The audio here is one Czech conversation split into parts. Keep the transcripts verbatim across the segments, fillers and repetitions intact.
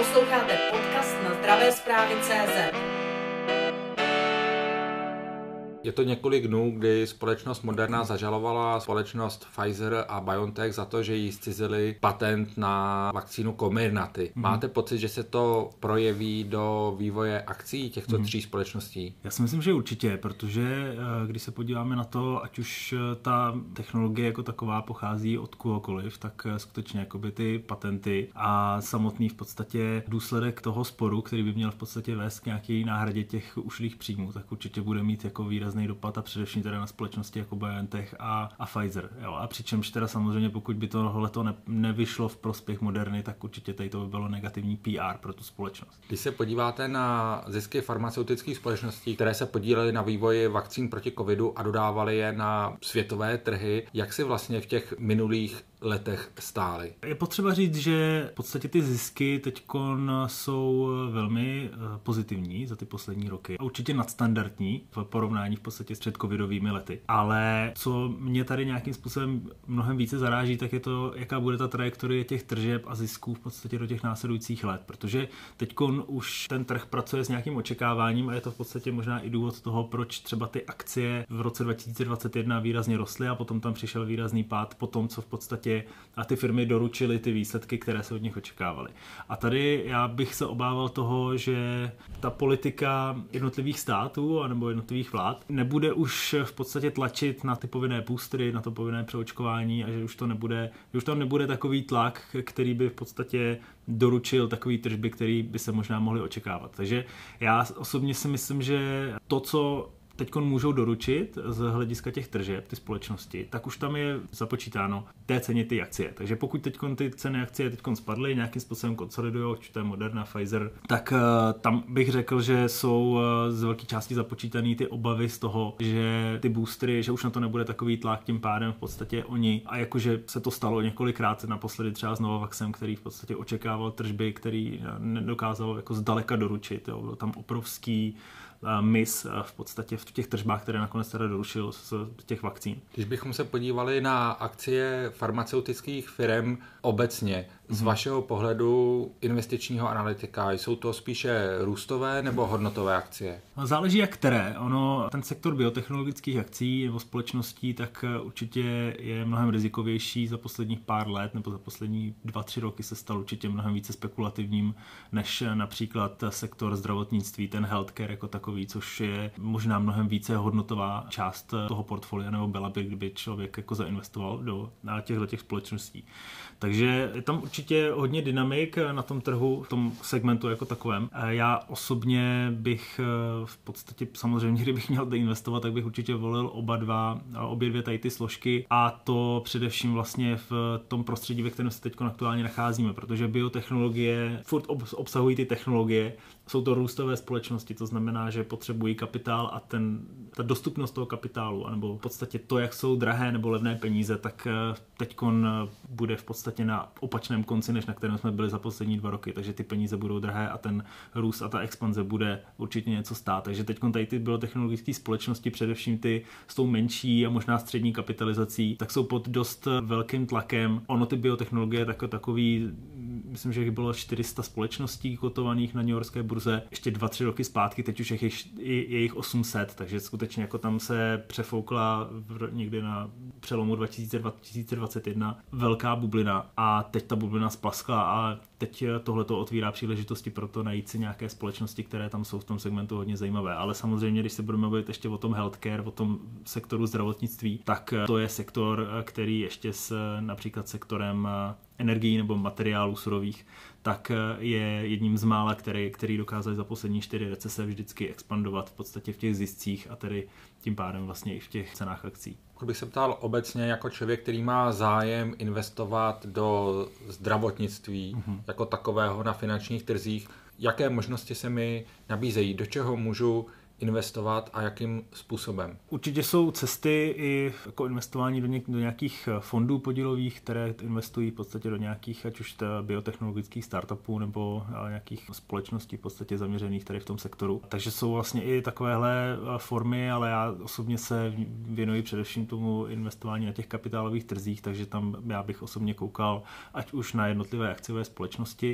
Posloucháte podcast na zdravé zprávy tečka cé zet. Je to několik dnů, kdy společnost Moderna zažalovala společnost Pfizer a BioNTech za to, že jí zcizili patent na vakcínu Comirnaty. Mm. Máte pocit, že se to projeví do vývoje akcí těchto mm. tří společností? Já si myslím, že určitě, protože když se podíváme na to, ať už ta technologie jako taková pochází od kohokoliv, tak skutečně jakoby ty patenty a samotný v podstatě důsledek toho sporu, který by měl v podstatě vést k nějaké náhradě těch ušlých příjmů, tak určitě bude mít jako výrazný dopad a především teda na společnosti jako BioNTech a, a Pfizer. Jo. A přičemž teda samozřejmě, pokud by tohleto ne, nevyšlo v prospěch Moderny, tak určitě tady to by bylo negativní P R pro tu společnost. Když se podíváte na zisky farmaceutických společností, které se podílely na vývoji vakcín proti covidu a dodávaly je na světové trhy, jak si vlastně v těch minulých letech stály? Je potřeba říct, že v podstatě ty zisky teďkon jsou velmi pozitivní za ty poslední roky. Určitě nadstandardní v porovnání v podstatě s předcovidovými lety. Ale co mě tady nějakým způsobem mnohem více zaráží, tak je to, jaká bude ta trajektorie těch tržeb a zisků v podstatě do těch následujících let. Protože teďkon už ten trh pracuje s nějakým očekáváním a je to v podstatě možná i důvod toho, proč třeba ty akcie v roce dva tisíce dvacet jedna výrazně rostly a potom tam přišel výrazný pád po tom, co v podstatě a ty firmy doručily ty výsledky, které se od nich očekávaly. A tady já bych se obával toho, že ta politika jednotlivých států anebo jednotlivých vlád nebude už v podstatě tlačit na ty povinné boostery, na to povinné přeočkování a že už to nebude, že už tam nebude takový tlak, který by v podstatě doručil takový tržby, který by se možná mohly očekávat. Takže já osobně si myslím, že to, co teďkon můžou doručit z hlediska těch tržeb, ty společnosti, tak už tam je započítáno té ceně ty akcie. Takže pokud teďkon ty ceny akcie teďkon spadly, nějakým způsobem konsolidujou, či to je Moderna, Pfizer, tak uh, tam bych řekl, že jsou uh, z velké části započítaný ty obavy z toho, že ty boostery, že už na to nebude takový tlak, tím pádem v podstatě oni, a jakože se to stalo několikrát naposledy třeba s Novavaxem, který v podstatě očekával tržby, který nedokázal jako zdaleka doručit. Jo. Byl tam obrovský mis v podstatě v těch tržbách, které nakonec teda doručil z těch vakcín. Když bychom se podívali na akcie farmaceutických firm obecně, z vašeho pohledu investičního analytika, jsou to spíše růstové nebo hodnotové akcie? Záleží jak které. Ono, ten sektor biotechnologických akcí nebo společností, tak určitě je mnohem rizikovější za posledních pár let nebo za poslední dva, tři roky se stal určitě mnohem více spekulativním než například sektor zdravotnictví, ten healthcare jako takový, což je možná mnohem více hodnotová část toho portfolia, nebo byla by, kdyby člověk jako zainvestoval do těchto těch společností. Takže je tam určitě hodně dynamik na tom trhu, v tom segmentu jako takovém. Já osobně bych v podstatě samozřejmě, kdybych měl investovat, tak bych určitě volil oba dva, obě dvě tady ty složky a to především vlastně v tom prostředí, ve kterém se teď aktuálně nacházíme, protože biotechnologie furt obsahují ty technologie, jsou to růstové společnosti, to znamená, že potřebují kapitál a ten, ta dostupnost toho kapitálu, anebo v podstatě to, jak jsou drahé nebo levné peníze, tak teďkon bude v podstatě na opačném konci, než na kterém jsme byli za poslední dva roky, takže ty peníze budou drahé a ten růst a ta expanze bude určitě něco stát. Takže teďkon tady ty biotechnologické společnosti, především ty s tou menší a možná střední kapitalizací, tak jsou pod dost velkým tlakem. Ono ty biotechnologie jako takový, myslím, že jich bylo čtyři sta společností kotovaných na newyorské burze ještě dva, tři roky zpátky, teď už je jich, je jich osm set, takže skutečně jako tam se přefoukla v, někdy na přelomu dva tisíce dvacet, dva tisíce dvacet jedna velká bublina a teď ta bublina splaskla a teď tohleto otvírá příležitosti pro to najít si nějaké společnosti, které tam jsou v tom segmentu hodně zajímavé. Ale samozřejmě, když se budeme mluvit ještě o tom healthcare, o tom sektoru zdravotnictví, tak to je sektor, který ještě s například sektorem energií nebo materiálů surových, tak je jedním z mála, který, který dokázali za poslední čtyři recese vždycky expandovat v podstatě v těch ziscích a tedy tím pádem vlastně i v těch cenách akcí. Pokud bych se ptal obecně jako člověk, který má zájem investovat do zdravotnictví mm-hmm. jako takového na finančních trzích, jaké možnosti se mi nabízejí, do čeho můžu investovat a jakým způsobem? Určitě jsou cesty i jako investování do, něk- do nějakých fondů podílových, které investují v podstatě do nějakých, ať už biotechnologických startupů nebo nějakých společností v podstatě zaměřených tady v tom sektoru. Takže jsou vlastně i takovéhle formy, ale já osobně se věnuji především tomu investování na těch kapitálových trzích, takže tam já bych osobně koukal ať už na jednotlivé akciové společnosti,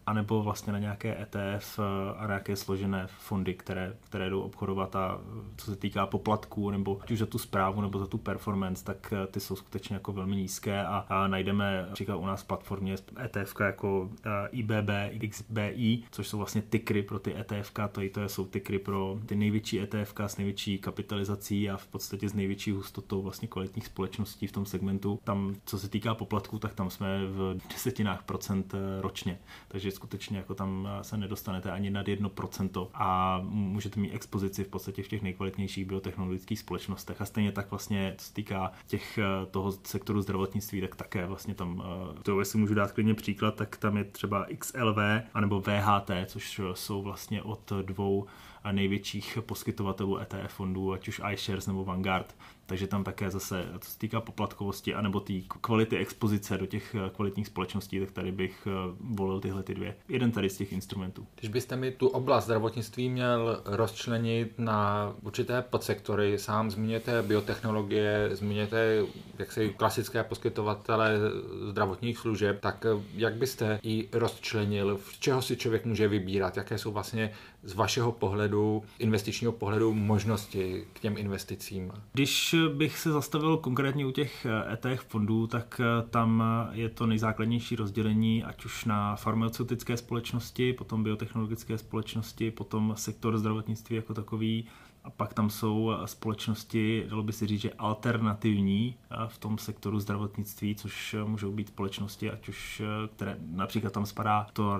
anebo vlastně na nějaké E T F a nějaké složené fondy, které, které jdou obchodovat a co se týká poplatků, nebo ať už za tu správu, nebo za tu performance, tak ty jsou skutečně jako velmi nízké a, a najdeme například u nás v platformě E T F jako I B B, X B I, což jsou vlastně tykry pro ty E T F, to, to jsou tykry pro ty největší E T F s největší kapitalizací a v podstatě s největší hustotou vlastně kvalitních společností v tom segmentu. Tam, co se týká poplatků, tak tam jsme v desetinách procent ročně, takže skutečně jako tam se nedostanete ani nad jedno procento a můžete mít expozici v podstatě v těch nejkvalitnějších biotechnologických společnostech a stejně tak vlastně, co se týká těch, toho sektoru zdravotnictví, tak také vlastně tam, to jestli můžu dát klidně příklad, tak tam je třeba X L V anebo V H T, což jsou vlastně od dvou největších poskytovatelů E T F fondů, ať už iShares nebo Vanguard. Takže tam také zase, co se týká poplatkovosti anebo té kvality expozice do těch kvalitních společností, tak tady bych volil tyhle ty dvě. Jeden tady z těch instrumentů. Když byste mi tu oblast zdravotnictví měl rozčlenit na určité podsektory, sám zmíněte biotechnologie, zmíněte jaksi klasické poskytovatele zdravotních služeb, tak jak byste ji rozčlenil, v čeho si člověk může vybírat, jaké jsou vlastně z vašeho pohledu, investičního pohledu možnosti k těm investicím? Když bych se zastavil konkrétně u těch E T F fondů, tak tam je to nejzákladnější rozdělení, ať už na farmaceutické společnosti, potom biotechnologické společnosti, potom sektor zdravotnictví jako takový, a pak tam jsou společnosti, dalo by se říct, že alternativní v tom sektoru zdravotnictví, což můžou být společnosti, ať už, které například tam spadá Tor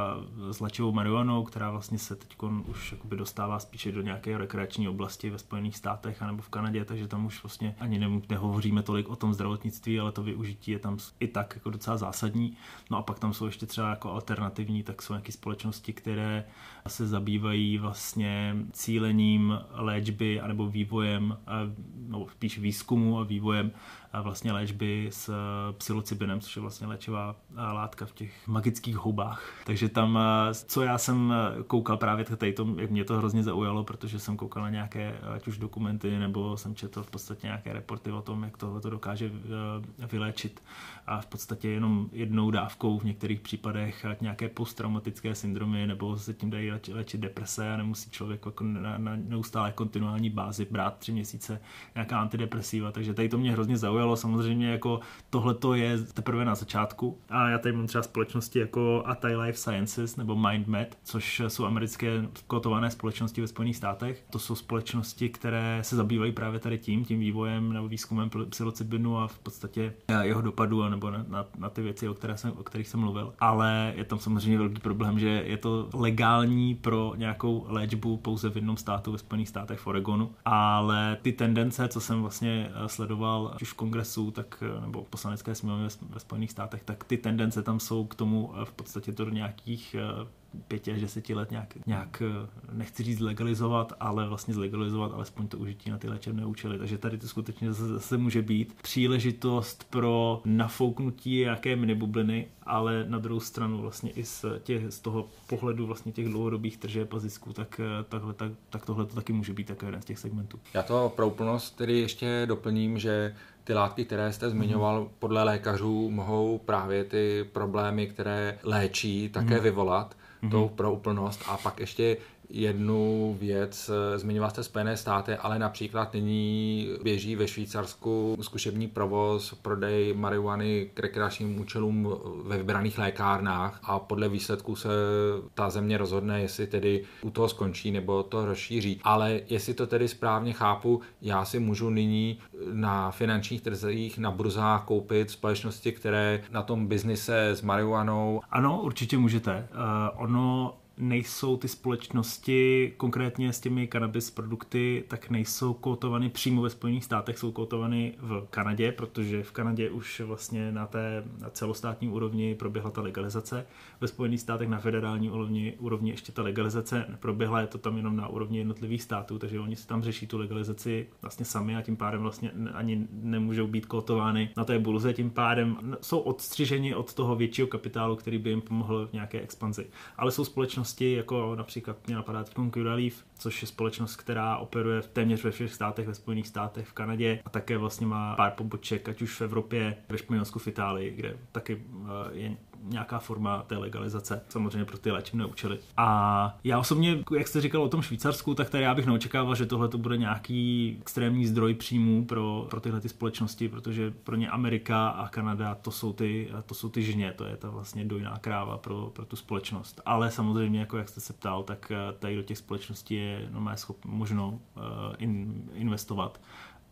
s léčivou marihuanou, která vlastně se teď už jakoby dostává spíše do nějaké rekreační oblasti ve Spojených státech anebo v Kanadě, takže tam už vlastně ani ne, nehovoříme tolik o tom zdravotnictví, ale to využití je tam i tak jako docela zásadní. No a pak tam jsou ještě třeba jako alternativní, tak jsou nějaké společnosti, které se zabývají vlastně cílením léčby anebo vývojem, no spíš výzkumu a vývojem vlastně léčby s psilocybinem, což je vlastně léčivá látka v těch magických houbách. Takže tam, co já jsem koukal právě tady to, jak mě to hrozně zaujalo, protože jsem koukal na nějaké ať už dokumenty, nebo jsem četl v podstatě nějaké reporty o tom, jak tohle to dokáže vyléčit a v podstatě jenom jednou dávkou v některých případech nějaké posttraumatické syndromy, nebo se tím dají léčit deprese a nemusí člověk jako na, na neustálé kontinuální bázi brát tři měsíce nějaká antidepresiva, takže tady to mě hrozně zaujalo. Samozřejmě jako tohleto je teprve na začátku a já tady mám třeba společnosti jako Atai Life Sciences nebo MindMed, což jsou americké kotované společnosti ve Spojených státech. To jsou společnosti, které se zabývají právě tady tím, tím vývojem nebo výzkumem psilocybinu a v podstatě jeho dopadu nebo na, na, na ty věci, o, které jsem, o kterých jsem mluvil. Ale je tam samozřejmě velký problém, že je to legální pro nějakou léčbu pouze v jednom státu ve Spojených státech v Oregonu, ale ty tendence, co jsem vlastně sledoval už v kongresu, tak, nebo poslanecké sněmovně ve Spojených státech, tak ty tendence tam jsou k tomu v podstatě to do nějakých pěti až deseti let nějak, nějak, nechci říct legalizovat, ale vlastně zlegalizovat alespoň to užití na ty léčebné účely. Takže tady to skutečně zase, zase může být příležitost pro nafouknutí nějaké minibubliny, ale na druhou stranu vlastně i z, těch, z toho pohledu vlastně těch dlouhodobých tržeb a zisků, tak, takhle, tak, tak tohle to taky může být takový jeden z těch segmentů. Já to pro úplnost tedy ještě doplním, že ty látky, které jste zmiňoval, mm. podle lékařů mohou právě ty problémy, které léčí, také mm. vyvolat. Mm-hmm. To pro úplnost. A pak ještě jednu věc, zmiňoval jste Spojené státy, ale například nyní běží ve Švýcarsku zkušební provoz, prodej marihuany k rekreačním účelům ve vybraných lékárnách a podle výsledků se ta země rozhodne, jestli tedy u toho skončí nebo to rozšíří. Ale jestli to tedy správně chápu, já si můžu nyní na finančních trzích, na burzách koupit společnosti, které na tom biznise s marihuanou. Ano, určitě můžete. Uh, ono nejsou ty společnosti konkrétně s těmi cannabis produkty, tak nejsou kotovaný přímo ve Spojených státech, jsou kotovaný v Kanadě, protože v Kanadě už vlastně na té na celostátní úrovni proběhla ta legalizace. Ve Spojených státech na federální úrovni, úrovni ještě ta legalizace neproběhla, je to tam jenom na úrovni jednotlivých států, takže oni si tam řeší tu legalizaci vlastně sami a tím pádem vlastně ani nemůžou být kotovány na té burze, tím pádem jsou odstřiženi od toho většího kapitálu, který by jim pomohl v nějaké expanzi. Ale jsou společnosti jako například mě napadá Curaleaf, což je společnost, která operuje téměř ve všech státech, ve Spojených státech, v Kanadě a také vlastně má pár poboček, ať už v Evropě, ve Španělsku, v Itálii, kde taky je nějaká forma té legalizace, samozřejmě pro ty léčebné účely. A já osobně, jak jste říkal o tom Švýcarsku, tak tady já bych neočekával, že tohle to bude nějaký extrémní zdroj příjmů pro, pro tyhle ty společnosti, protože pro ně Amerika a Kanada to jsou ty, to jsou ty žně, to je ta vlastně dojná kráva pro, pro tu společnost. Ale samozřejmě, jako jak jste se ptal, tak tady do těch společností je no, schop, možno uh, in, investovat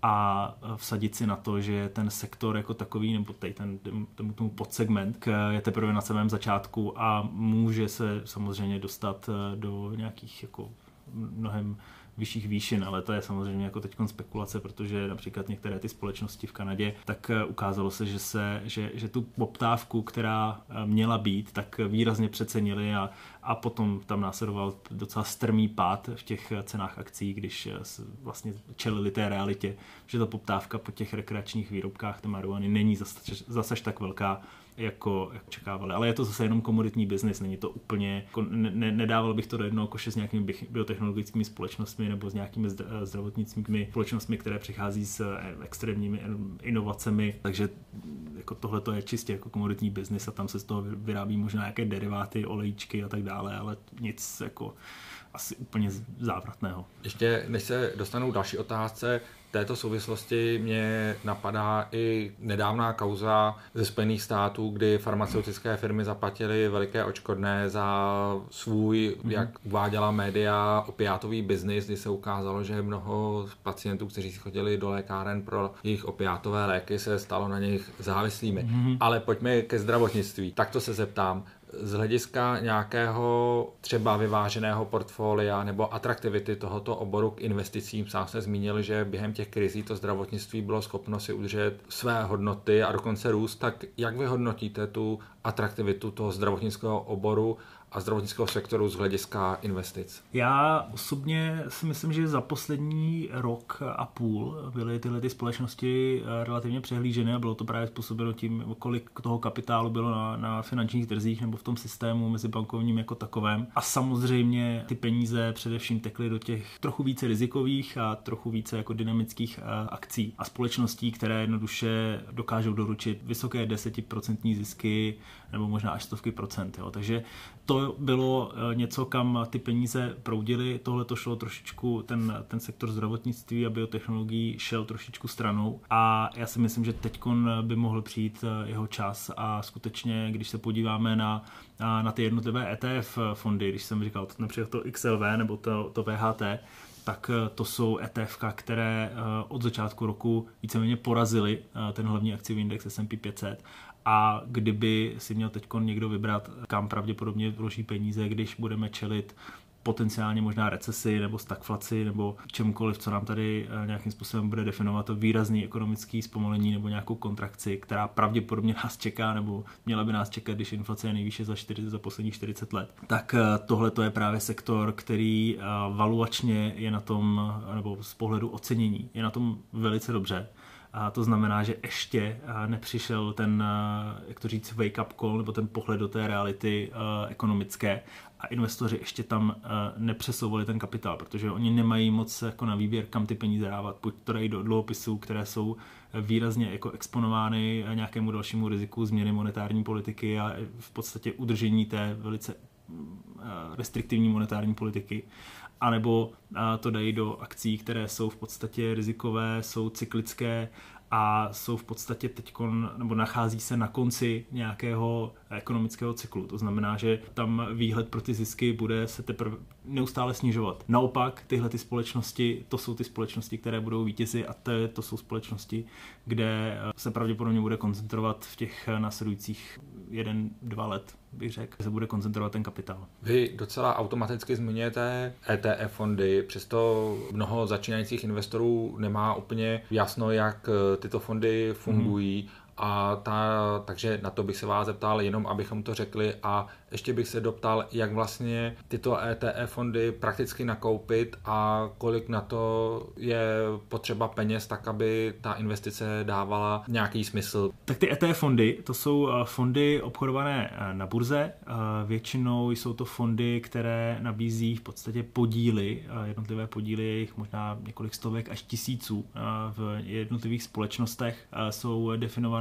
a vsadit si na to, že ten sektor jako takový, nebo tady ten, ten, ten podsegment je teprve na samém začátku a může se samozřejmě dostat do nějakých jako mnohem vyšších výšin, ale to je samozřejmě jako teďkon spekulace, protože například některé ty společnosti v Kanadě, tak ukázalo se, že, se, že, že tu poptávku, která měla být, tak výrazně přecenili a, a potom tam následoval docela strmý pád v těch cenách akcí, když vlastně čelili té realitě, že ta poptávka po těch rekreačních výrobkách té marihuany není zase, zase tak velká, jako, jako čekávali. Ale je to zase jenom komoditní biznis, není to úplně, jako ne, nedával bych to do jednoho koše s nějakými biotechnologickými společnostmi nebo s nějakými zdravotnickými společnostmi, které přichází s extrémními inovacemi, takže jako tohle to je čistě jako komoditní biznis a tam se z toho vyrábí možná nějaké deriváty, olejčky a tak dále, ale nic jako asi úplně závratného. Ještě než se dostanu k další otázce, v této souvislosti mě napadá i nedávná kauza ze Spojených států, kdy farmaceutické firmy zaplatily veliké odškodné za svůj, mm-hmm. jak uváděla média, opiátový biznis, kdy se ukázalo, že mnoho pacientů, kteří si chodili do lékáren pro jejich opiátové léky, se stalo na nich závislými. Mm-hmm. Ale pojďme ke zdravotnictví. Takto se zeptám. Z hlediska nějakého třeba vyváženého portfolia nebo atraktivity tohoto oboru k investicím, sám se zmínil, že během těch krizí to zdravotnictví bylo schopno si udržet své hodnoty a dokonce růst, tak jak vy hodnotíte tu atraktivitu toho zdravotnického oboru a zdravotnického sektoru z hlediska investic? Já osobně si myslím, že za poslední rok a půl byly tyhle ty společnosti relativně přehlíženy a bylo to právě způsobeno tím, kolik toho kapitálu bylo na, na finančních trzích nebo v tom systému mezibankovním jako takovém. A samozřejmě ty peníze především tekly do těch trochu více rizikových a trochu více jako dynamických akcí a společností, které jednoduše dokážou doručit vysoké desetiprocentní zisky nebo možná až stovky procent. Jo. Takže to bylo něco, kam ty peníze proudily. Tohle to šlo trošičku, ten, ten sektor zdravotnictví a biotechnologií šel trošičku stranou a já si myslím, že teďkon by mohl přijít jeho čas a skutečně, když se podíváme na, na, na ty jednotlivé E T F fondy, když jsem říkal například to X L V nebo to, to V H T, tak to jsou E T F, které od začátku roku víceméně porazily ten hlavní akciový index S and P pět set. A kdyby si měl teď někdo vybrat, kam pravděpodobně vloží peníze, když budeme čelit potenciálně možná recesi nebo stagflaci nebo čemukoliv, co nám tady nějakým způsobem bude definovat to výrazný ekonomický zpomalení nebo nějakou kontrakci, která pravděpodobně nás čeká nebo měla by nás čekat, když inflace je nejvýše za, čtyři, za posledních čtyřicet let. Tak tohle to je právě sektor, který valuačně je na tom, nebo z pohledu ocenění, je na tom velice dobře. A to znamená, že ještě nepřišel ten, jak to říct, wake up call, nebo ten pohled do té reality uh, ekonomické a investoři ještě tam uh, nepřesouvali ten kapitál, protože oni nemají moc jako na výběr, kam ty peníze dávat. Buď to dají do dluhopisů, které jsou výrazně jako exponovány nějakému dalšímu riziku změny monetární politiky a v podstatě udržení té velice uh, restriktivní monetární politiky. A nebo to dají do akcí, které jsou v podstatě rizikové, jsou cyklické a jsou v podstatě teďkon, nebo nachází se na konci nějakého ekonomického cyklu. To znamená, že tam výhled pro ty zisky bude se teprve neustále snižovat. Naopak tyhle ty společnosti, to jsou ty společnosti, které budou vítězi a to, to jsou společnosti, kde se pravděpodobně bude koncentrovat v těch následujících jeden, dva let, bych řekl, se bude koncentrovat ten kapitál. Vy docela automaticky zmiňujete E T F fondy, přesto mnoho začínajících investorů nemá úplně jasno, jak tyto fondy fungují. Hmm. A ta, takže na to bych se vás zeptal, jenom abychom to řekli a ještě bych se doptal, jak vlastně tyto E T F fondy prakticky nakoupit a kolik na to je potřeba peněz, tak aby ta investice dávala nějaký smysl. Tak ty E T F fondy, to jsou fondy obchodované na burze. Většinou jsou to fondy, které nabízí v podstatě podíly, jednotlivé podíly, jejich možná několik stovek až tisíců v jednotlivých společnostech. Jsou definované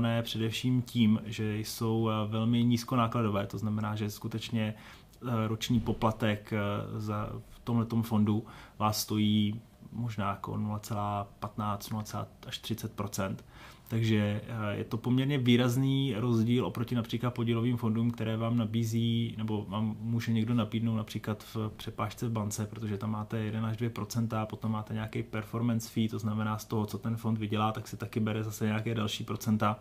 dané především tím, že jsou velmi nízkonákladové, to znamená, že skutečně roční poplatek za v tomhletom fondu vás stojí možná jako nula celá patnáct až třicet procent. Takže je to poměrně výrazný rozdíl oproti například podílovým fondům, které vám nabízí, nebo vám může někdo nabídnout například v přepážce v bance, protože tam máte jedna až dvě procenta, potom máte nějaký performance fee, to znamená z toho, co ten fond vydělá, tak se taky bere zase nějaké další procenta.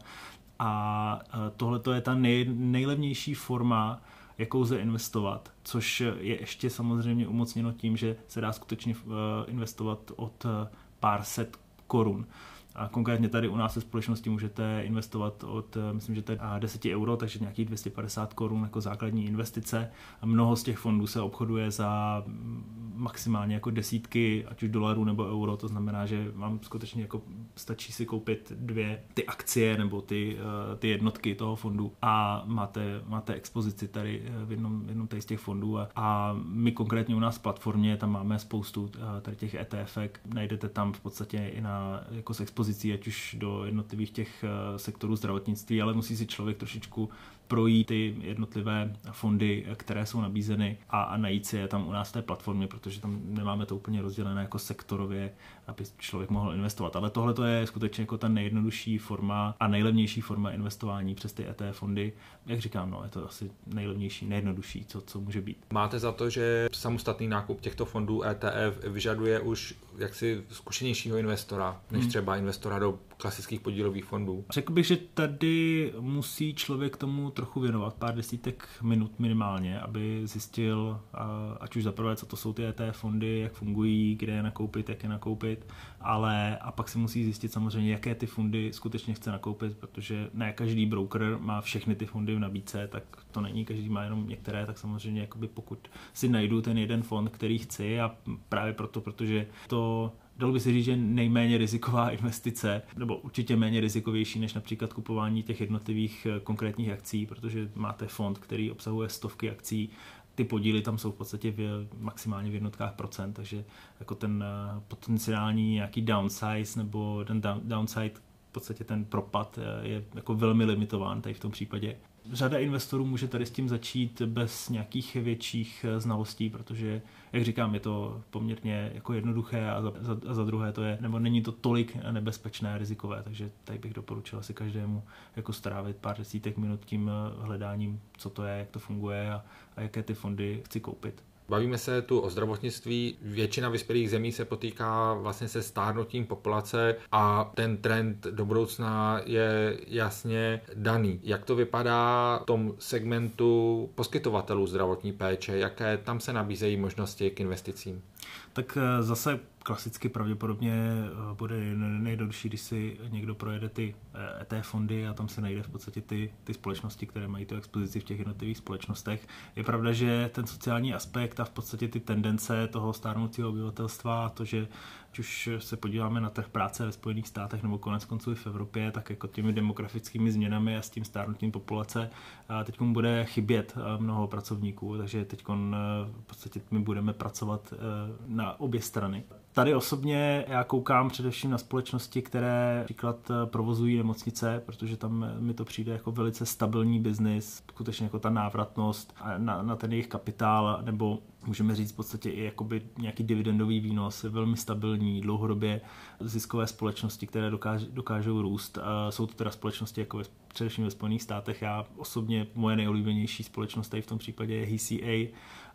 A tohle je ta nej, nejlevnější forma, jakou lze investovat, což je ještě samozřejmě umocněno tím, že se dá skutečně investovat od pár set korun. A konkrétně tady u nás ve společnosti můžete investovat od, myslím, že to je deset euro, takže nějakých dvě stě padesát korun jako základní investice. A mnoho z těch fondů se obchoduje za maximálně jako desítky, ať už dolarů nebo euro, to znamená, že vám skutečně jako stačí si koupit dvě ty akcie nebo ty, ty jednotky toho fondu a máte, máte expozici tady v jednom, jednom tady z těch fondů. A, a my konkrétně u nás v platformě tam máme spoustu tady těch E T F ek, najdete tam v podstatě i na jako z expozicí, ať už do jednotlivých těch sektorů zdravotnictví, ale musí si člověk trošičku projít ty jednotlivé fondy, které jsou nabízeny a, a najít si je tam u nás v té platformě, protože tam nemáme to úplně rozdělené jako sektorově, aby člověk mohl investovat. Ale tohle to je skutečně jako ta nejjednodušší forma a nejlevnější forma investování přes ty E T F fondy. Jak říkám, no, je to asi nejlevnější, nejjednodušší, co, co může být. Máte za to, že samostatný nákup těchto fondů E T F vyžaduje už jaksi zkušenějšího investora, než hmm. třeba investora do klasických podílových fondů? Řekl bych, že tady musí člověk tomu trochu věnovat pár desítek minut minimálně, aby zjistil, ať už zaprvé, co to jsou ty E T F fondy, jak fungují, kde je nakoupit, jak je nakoupit, ale a pak si musí zjistit samozřejmě, jaké ty fondy skutečně chce nakoupit, protože ne každý broker má všechny ty fondy v nabídce, tak to není, každý má jenom některé, tak samozřejmě jakoby pokud si najdu ten jeden fond, který chci a právě proto, protože to dalo by se říct, že nejméně riziková investice, nebo určitě méně rizikovější než například kupování těch jednotlivých konkrétních akcí, protože máte fond, který obsahuje stovky akcí, ty podíly tam jsou v podstatě v, maximálně v jednotkách procent, takže jako ten potenciální nějaký downsize nebo ten downside, v podstatě ten propad je jako velmi limitován tady v tom případě. Řada investorů může tady s tím začít bez nějakých větších znalostí, protože, jak říkám, je to poměrně jako jednoduché a za, za, a za druhé to je, nebo není to tolik nebezpečné a rizikové, takže tady bych doporučil asi každému jako strávit pár desítek minut tím hledáním, co to je, jak to funguje a, a jaké ty fondy chci koupit. Bavíme se tu o zdravotnictví. Většina vyspělých zemí se potýká vlastně se stárnutím populace a ten trend do budoucna je jasně daný. Jak to vypadá v tom segmentu poskytovatelů zdravotní péče? Jaké tam se nabízejí možnosti k investicím? Tak zase klasicky pravděpodobně bude nejjednodušší, když si někdo projede ty E T F fondy a tam se najde v podstatě ty, ty společnosti, které mají tu expozici v těch jednotlivých společnostech. Je pravda, že ten sociální aspekt a v podstatě ty tendence toho stárnoucího obyvatelstva a to, že ať už se podíváme na trh práce ve Spojených státech nebo konec konců i v Evropě, tak jako těmi demografickými změnami a s tím stárnutím populace teď bude chybět mnoho pracovníků, takže teď v podstatě my budeme pracovat na obě strany. Tady osobně já koukám především na společnosti, které příklad provozují nemocnice, protože tam mi to přijde jako velice stabilní biznis, skutečně jako ta návratnost na, na ten jejich kapitál, nebo můžeme říct v podstatě i jakoby nějaký dividendový výnos, je velmi stabilní, dlouhodobě ziskové společnosti, které dokáž, dokážou růst. Jsou to teda společnosti jako ve, především ve Spojených státech. Já osobně, moje nejoblíbenější společnost tady v tom případě je H C A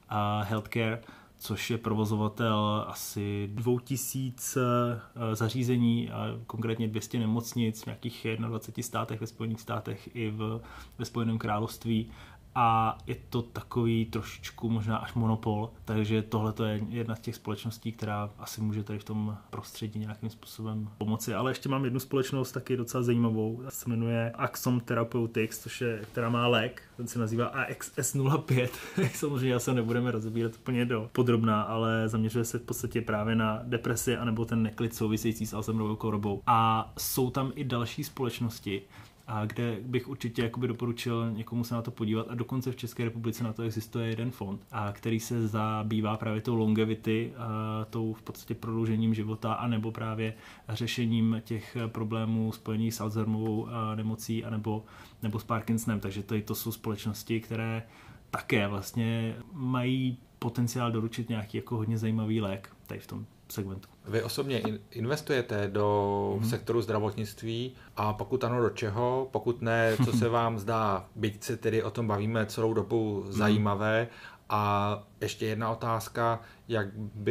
a Healthcare, což je provozovatel asi dvou tisíc zařízení, a konkrétně dvě stě nemocnic v nějakých dvaceti jedné státech ve Spojených státech i v, ve Spojeném království. A je to takový trošičku možná až monopol, takže tohle je jedna z těch společností, která asi může tady v tom prostředí nějakým způsobem pomoci. Ale ještě mám jednu společnost taky docela zajímavou, ta se jmenuje Axsome Therapeutics, což je, která má lék, ten se nazývá A X S nula pět. Samozřejmě asi nebudeme rozebírat úplně do podrobná, ale zaměřuje se v podstatě právě na depresi anebo ten neklid související s Alzheimerovou chorobou. A jsou tam i další společnosti, a kde bych určitě jakoby doporučil někomu se na to podívat a dokonce v České republice na to existuje jeden fond, a který se zabývá právě tou longevity, a tou v podstatě prodloužením života, anebo právě řešením těch problémů spojených s Alzheimerovou nemocí anebo, nebo s Parkinsonem, takže tady to jsou společnosti, které také vlastně mají potenciál doručit nějaký jako hodně zajímavý lék tady v tom segmentu. Vy osobně investujete do mm-hmm. sektoru zdravotnictví a pokud ano, do čeho? Pokud ne, co se vám zdá, byť se tedy o tom bavíme celou dobu, zajímavé. A ještě jedna otázka, jak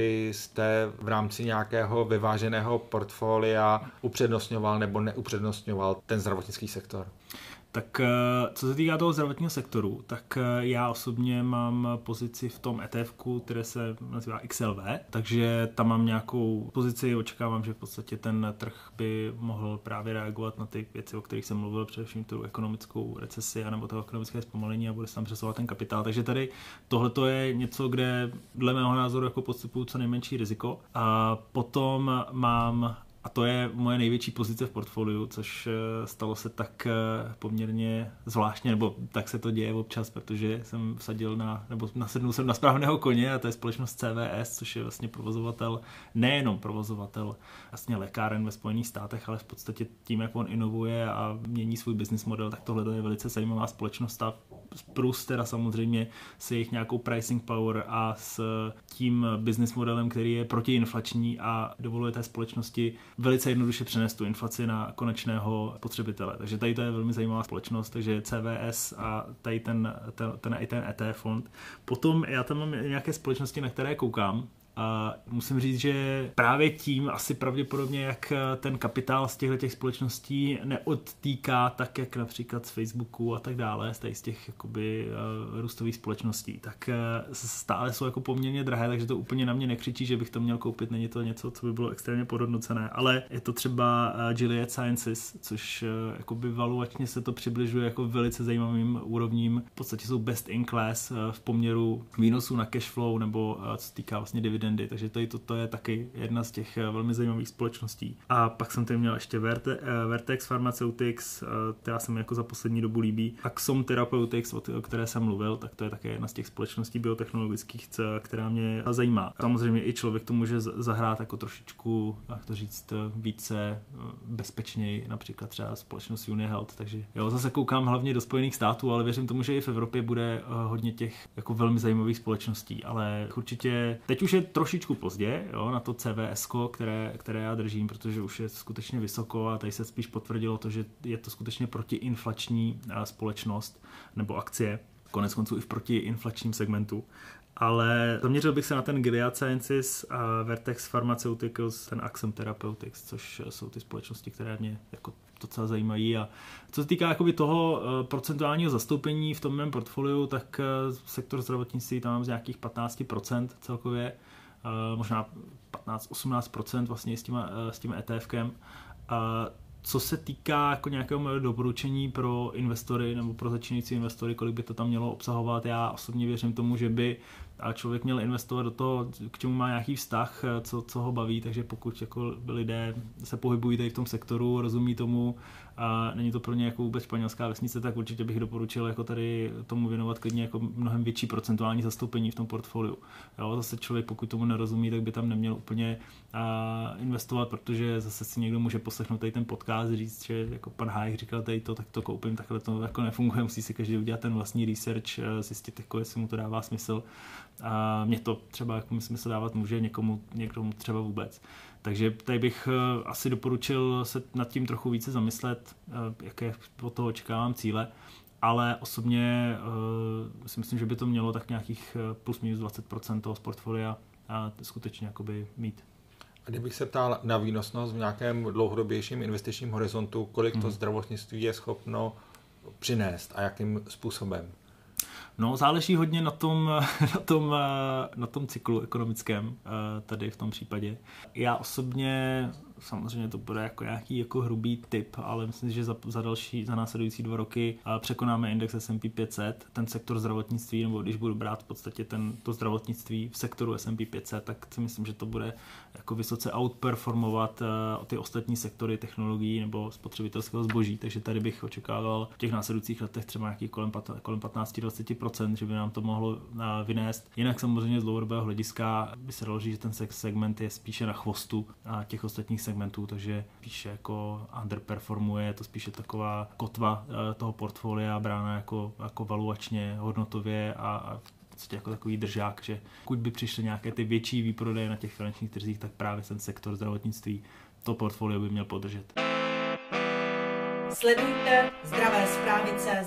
byste v rámci nějakého vyváženého portfolia upřednostňoval nebo neupřednostňoval ten zdravotnický sektor? Tak co se týká toho zdravotního sektoru, tak já osobně mám pozici v tom E T F-ku, které se nazývá X L V, takže tam mám nějakou pozici, očekávám, že v podstatě ten trh by mohl právě reagovat na ty věci, o kterých jsem mluvil, především tu ekonomickou recesi anebo to ekonomické zpomalení a bude se tam přesouvat ten kapitál. Takže tady tohleto je něco, kde dle mého názoru jako podstupuju co nejmenší riziko. A potom mám a to je moje největší pozice v portfoliu, což stalo se tak poměrně zvláštně, nebo tak se to děje občas, protože jsem vsadil na, nebo nasednul jsem na správného koně a to je společnost C V S, což je vlastně provozovatel, nejenom provozovatel vlastně lékáren ve Spojených státech, ale v podstatě tím, jak on inovuje a mění svůj business model, tak tohle je velice zajímavá společnost a plus teda samozřejmě s jejich nějakou pricing power a s tím business modelem, který je protiinflační a dovoluje té společnosti velice jednoduše přenést tu inflaci na konečného spotřebitele. Takže tady to je velmi zajímavá společnost, takže C V S a tady ten, ten, ten, ten E T F fond. Potom já tam mám nějaké společnosti, na které koukám. A musím říct, že právě tím asi pravděpodobně, jak ten kapitál z těchto těch společností neodtýká tak, jak například z Facebooku a tak dále, z, z těch jakoby uh, růstových společností, tak uh, stále jsou jako poměrně drahé, takže to úplně na mě nekřičí, že bych to měl koupit, není to něco, co by bylo extrémně podhodnocené, ale je to třeba uh, Gilead Sciences, což uh, jakoby valuačně se to přibližuje jako velice zajímavým úrovním, v podstatě jsou best in class uh, v poměru výnosů na cash flow nebo uh, co týká vlastně dividend. Takže tady toto je taky jedna z těch velmi zajímavých společností. A pak jsem tady měl ještě Verte, Vertex Pharmaceutics, která se mi jako za poslední dobu líbí. Axom Therapeutics, o které jsem mluvil, tak to je také jedna z těch společností biotechnologických, která mě zajímá. Samozřejmě i člověk to může zahrát jako trošičku, jak to říct, více bezpečněji, například třeba společnost Unihealth. Takže jo, zase koukám hlavně do Spojených států, ale věřím tomu, že i v Evropě bude hodně těch jako velmi zajímavých společností. Ale určitě teď už je trošičku pozdě, jo, na to C V S, které, které já držím, protože už je skutečně vysoko a tady se spíš potvrdilo to, že je to skutečně protiinflační společnost nebo akcie, konec konců i v protiinflačním segmentu. Ale zaměřil bych se na ten Gilead Sciences a Vertex Pharmaceuticals, ten Axom Therapeutics, což jsou ty společnosti, které mě jako docela zajímají. A co se týká jakoby toho procentuálního zastoupení v tom mém portfoliu, tak sektor zdravotnictví tam mám z nějakých patnáct procent celkově, možná patnáct až osmnáct procent vlastně s tím, s tím ETFkem. Co se týká jako nějakého mého doporučení pro investory nebo pro začínající investory, kolik by to tam mělo obsahovat, já osobně věřím tomu, že by člověk měl investovat do toho, k čemu má nějaký vztah, co, co ho baví, takže pokud jako lidé se pohybují tady v tom sektoru, rozumí tomu a není to pro ně jako vůbec španělská vesnice, tak určitě bych doporučil jako tady tomu věnovat klidně jako mnohem větší procentuální zastoupení v tom portfoliu. Jo, zase člověk, pokud tomu nerozumí, tak by tam neměl úplně a, investovat, protože zase si někdo může poslechnout tady ten podcast, říct, že jako pan Hájek říkal tady to, tak to koupím, takhle to jako nefunguje, musí si každý udělat ten vlastní research, zjistit, jako, jestli mu to dává smysl. A mě to třeba jako smysl dávat může, někomu, někomu třeba vůbec. Takže tady bych asi doporučil se nad tím trochu více zamyslet, jaké od toho očekávám cíle, ale osobně uh, si myslím, že by to mělo tak nějakých plus minus dvacet procent toho z portfolia a skutečně jakoby mít. A kdybych se ptal na výnosnost v nějakém dlouhodobějším investičním horizontu, kolik hmm. to zdravotnictví je schopno přinést a jakým způsobem? No, záleží hodně na tom, na tom, na tom cyklu ekonomickém tady v tom případě. Já osobně samozřejmě to bude jako nějaký jako hrubý tip, ale myslím, že za, za další, za následující dva roky překonáme index S and P pět set, ten sektor zdravotnictví, nebo když budu brát v podstatě ten, to zdravotnictví v sektoru S and P pět set, tak si myslím, že to bude jako vysoce outperformovat ty ostatní sektory technologií nebo spotřebitelského zboží, takže tady bych očekával v těch následujících letech třeba nějaký kolem, kolem patnáct až dvacet procent, že by nám to mohlo vynést. Jinak samozřejmě z dlouhodobého hlediska by se dalo říct, že ten segment je spíše na chvostu a těch ostatních segmentů, takže spíše jako underperformuje, je to spíše taková kotva toho portfolia brána jako, jako valuačně, hodnotově a, a jako takový držák, že pokud by přišly nějaké ty větší výprodeje na těch finančních trzích, tak právě ten sektor zdravotnictví to portfolio by měl podržet. Sledujte Zdravé zprávy C